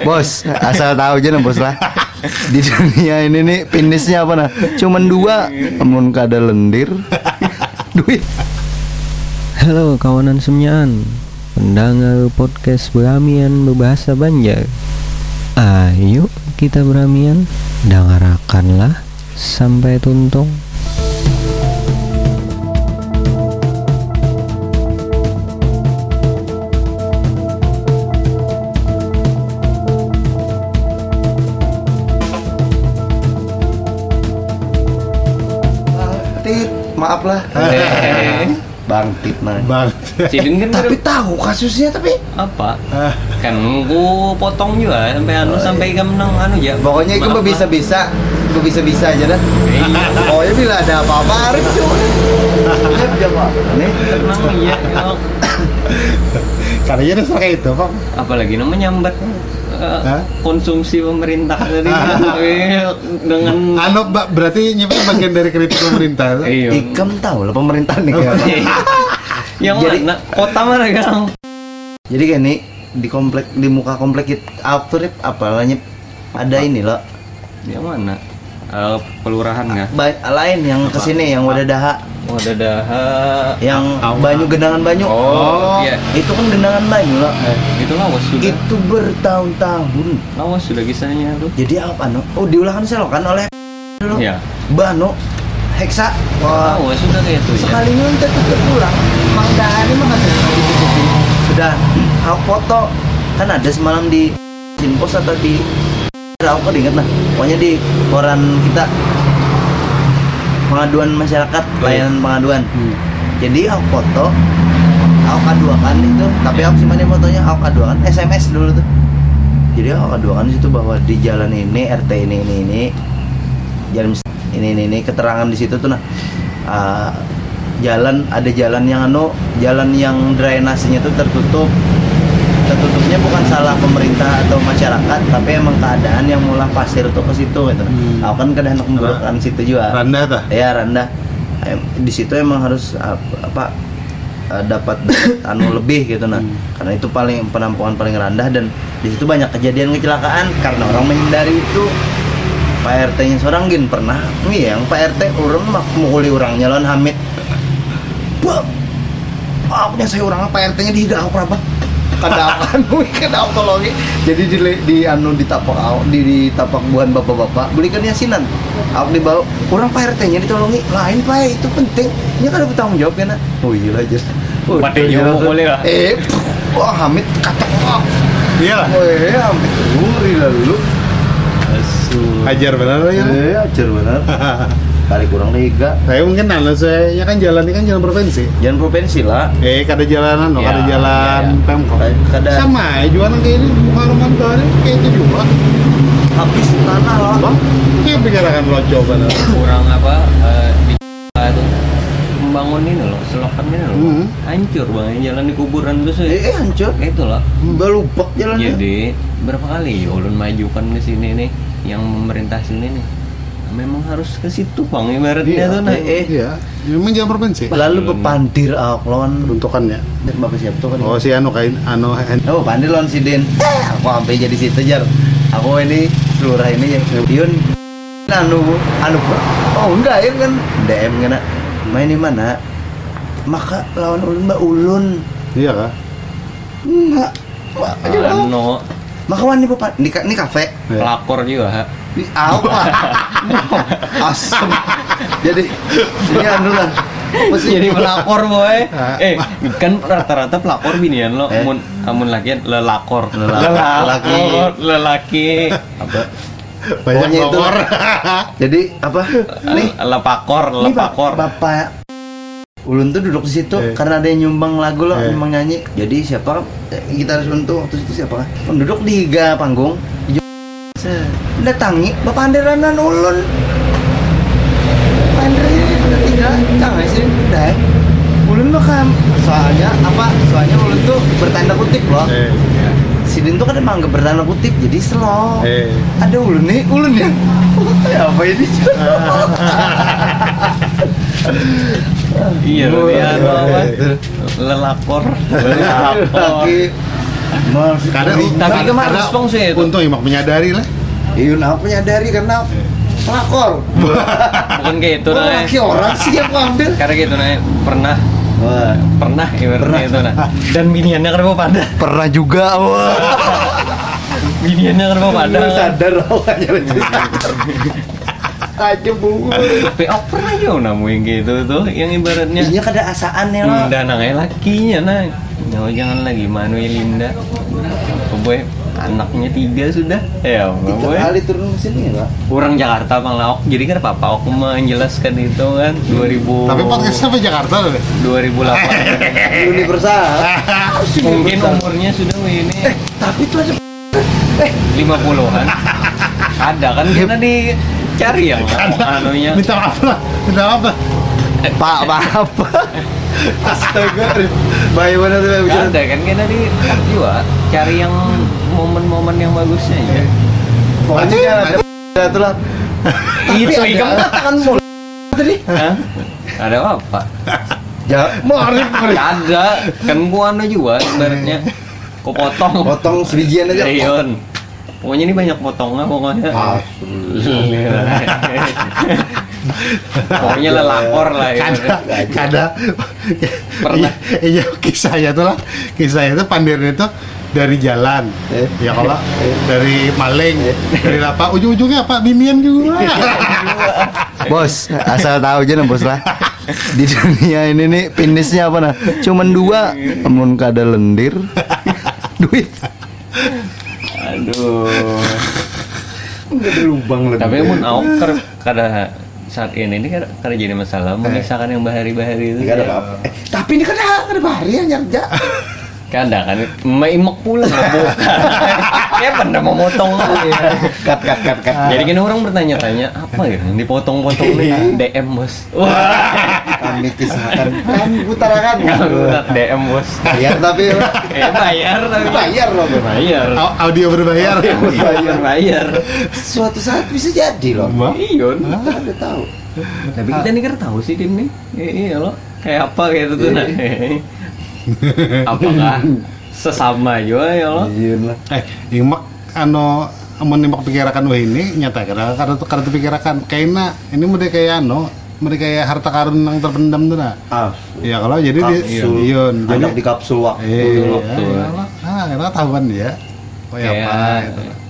Bos, asal tahu aja nah bos lah. Di dunia ini nih finishnya apa nah? Cuman 2, amun kada lendir, duit. Halo kawanan semyaan, pendengar podcast Beramian berbahasa Banjar. Ayo kita beramian, dengarkanlah sampai tuntung. Maaf lah. Bang Tit mah. Bang. Sidin kan Tapi tahu kasusnya tapi apa? Kan ku potong juga sampai jam 6 ya. pokoknya itu bisa-bisa aja dah. Pokoknya bila ada apa-apa Arif cuma. Jawab. Nih, Tenang iya. Karena dia kayak itu, Pak. Apalagi namanya menyambat konsumsi pemerintah tadi dengan berarti nyampe bagian dari kritik pemerintah. Iya. Ikam tahu lah pemerintah nih. Yang mana? Kota mana Kang? Jadi kayak nih di muka komplek itu apalanya ada ini loh. Yang mana? Pelurahan nggak? Lain yang kesini yang Wadadaha. Yang Banyu gendangan Banyu. Oh, iya. Itu kan gendangan Banyu loh. Itu lawas sudah. Itu bertahun-tahun. Lawas sudah kisahnya tuh. Jadi apa no? Oh diulahkan selokan oleh dulu. Iya. Bano heksa. Wah. Lawas sudah kayak itu ya. Sekali nyuntet tuh pulang. Manggaan ini mah sudah. Aku foto kan ada semalam di Sinpos atau di aku inget lah. Pokoknya di koran kita pengaduan masyarakat, layanan pengaduan. Jadi aku foto, aku kaduakan itu, tapi aku simpanin fotonya, aku kaduakan SMS dulu tuh. Jadi aku kaduakan di situ bahwa di jalan ini RT ini jalan ini keterangan di situ tuh nah jalan yang drainasenya tuh tertutupnya bukan salah pemerintah atau masyarakat, tapi emang keadaan yang mulai pasir tuh ke situ gitu. Aku kan kadang membutuhkan situ juga. Randah tah? Ya randah. Di situ emang harus dapat lebih gitu nah. Karena itu penampungan paling rendah dan di situ banyak kejadian kecelakaan karena orang menghindari itu. Pak RT-nya seorang gin pernah yang Pak RT urang mukuli urangnya lawan Hamid. Wah. Punya saya urang Pak RT-nya dihidak apa? Kadang tolongi. Jadi ditapak buan bapak-bapak belikan yasinan. Aku dibawa orang Pak RT-nya ditolongi. Lain Pak itu penting. Nya kada bertanggung jawab ya nak. Oh iya lah just. Patenya boleh lah. Wah Hamid katak. Iya. Hamid ngeri lalu. Ajar benar ya. Ajar benar. Kali kurang 3. Saya mungkin saya ya kan jalan ini kan jalan provinsi. Jalan provinsi lah. Kada jalanan, Ya, kada jalan Pemkot. Sama jualan kayak ini bukan rumah baru kayak itu juga. Habis tanah lah. Bang, kayak bicarakan lo coba lah. Kurang apa di itu membangun ini loh, selokan ini loh. Hancur Bang, jalan di kuburan tuh sih. Hancur. Itu loh. Balubak jalannya. Jadi berapa kali ulun majukan ke sini nih yang memerintah sini nih. Memang harus ke situ Bang ibaratnya tuh nah. Iya, memang jalan provinsi. Lalu bepandir lawan peruntukannya. Bapak siapa tuh kan? Oh si Oh pandir lawan si Den. Aku sampai jadi situ jar. Aku ini lurah ini yang Yun anu oh enggak ya kan DM kena main di mana maka lawan ulun Mbak Ulun. Iya kah? Enggak. No. Maka wani bapak ini kafe. Pelakor juga ha. Di awal asem jadi ini anu lah Jadi pelakor boy. Kan rata-rata pelakor binian lo. Amun lakian lelakor. Lelaki. Apa? Banyak pelakor. Jadi apa? Nih lepakor. Bapak Ulun tuh duduk di situ karena ada yang nyumbang lagu loh, nyumbang nyanyi. Jadi siapa gitaris untuk waktu itu siapa? Penduduk di higa panggung. Datangi Bapak Anderanan Ulun. Anderanan tinggal jangan sih udah. Ulun mah kan soalnya Ulun tuh bertanda kutip loh. Sidin tuh kan emang gak bertanda kutip jadi slow. Ada Ulun ya. Apa ini? Iya, lelakor. Tapi kemarin spong sih itu. Untung Imak menyadari lah. Iya, nah menyadari karena pelakor. Bukan kayak itu nah. Laki orang sih yang ambil. Karena gitu nah, pernah ibaratnya itu nah. Dan biniannya kenapa pada? Pernah juga, wah. Biniannya kenapa pada? Sadar awalnya aja bu. Tapi pernah juga namu yang gitu tuh, yang ibaratnya. Iya kada asaannya lah. Dan nangnya lakinya nah. Jangan lagi Manuel Linda. Boy, anaknya 3 sudah. Ya, 3 boy. kali turun ke sini ya, Pak. Orang Jakarta Bang Laok. Jadi kan apa aku menjelaskan itu kan 2000. Tapi podcast sampai Jakarta loh. 2008. Universal. Mungkin umurnya sudah ini. Tapi itu aja 50-an. Ada kan kita dicari ya anunya. Minta maaf lah. Minta maaf lah. Pak, maaf. Astaga. Baik benar tuh bicara. Ada kan kita di juga cari yang momen-momen yang bagusnya ya. Pokoknya ada itulah. Itu Kamu katakan mau tadi. Hah? Ada apa? Mari. Ada. Kan gua anu juga ibaratnya. Kau potong sebijian aja. Iyon. Pokoknya ini banyak potongnya pokoknya. Pokoknya lelakor lah ya. Kada Pernah. Iya kisahnya tuh lah. Kisahnya tuh pandirnya tuh dari jalan. Ya kalau dari maling, dari apa ujung-ujungnya apa binian juga. Bos, asal tahu aja nih bos lah. Di dunia ini nih finishnya apa nah? Cuman 2, amun kada lendir, duit. Aduh. Enggak ada lubang lendir. Tapi mun awak kada saat ini kada jadi masalah mengisahkan yang bahari-bahari itu. Enggak ada apa-apa. Tapi ini kada bahari yang nyarja. Kada kan, maimak pula bukan. Kayak pada mau motong ya. Kat. Jadi kan orang bertanya-tanya apa ya yang dipotong-potong nih DM bos. Wah. Kami kisahkan, kami putarakan. DM bos. Bayar tapi bayar tapi. Bayar loh. Bayar. Audio berbayar. Bayar. Suatu saat bisa jadi loh. Iyon. Ada tahu. Tapi kita nih kan tahu sih Dim nih. Iya loh. Kayak apa gitu tuh nah. Apakah sesama juga ya lo? Iya lah. Imak menimpak pikirakan wah ini nyata karena pikirakan kayaknya ini mode kayak mode kayak harta karun yang terpendam tuh nah. Ya kalau jadi jadi di kapsul waktu. Waktu. Karena tahuan dia. Oh ya apa?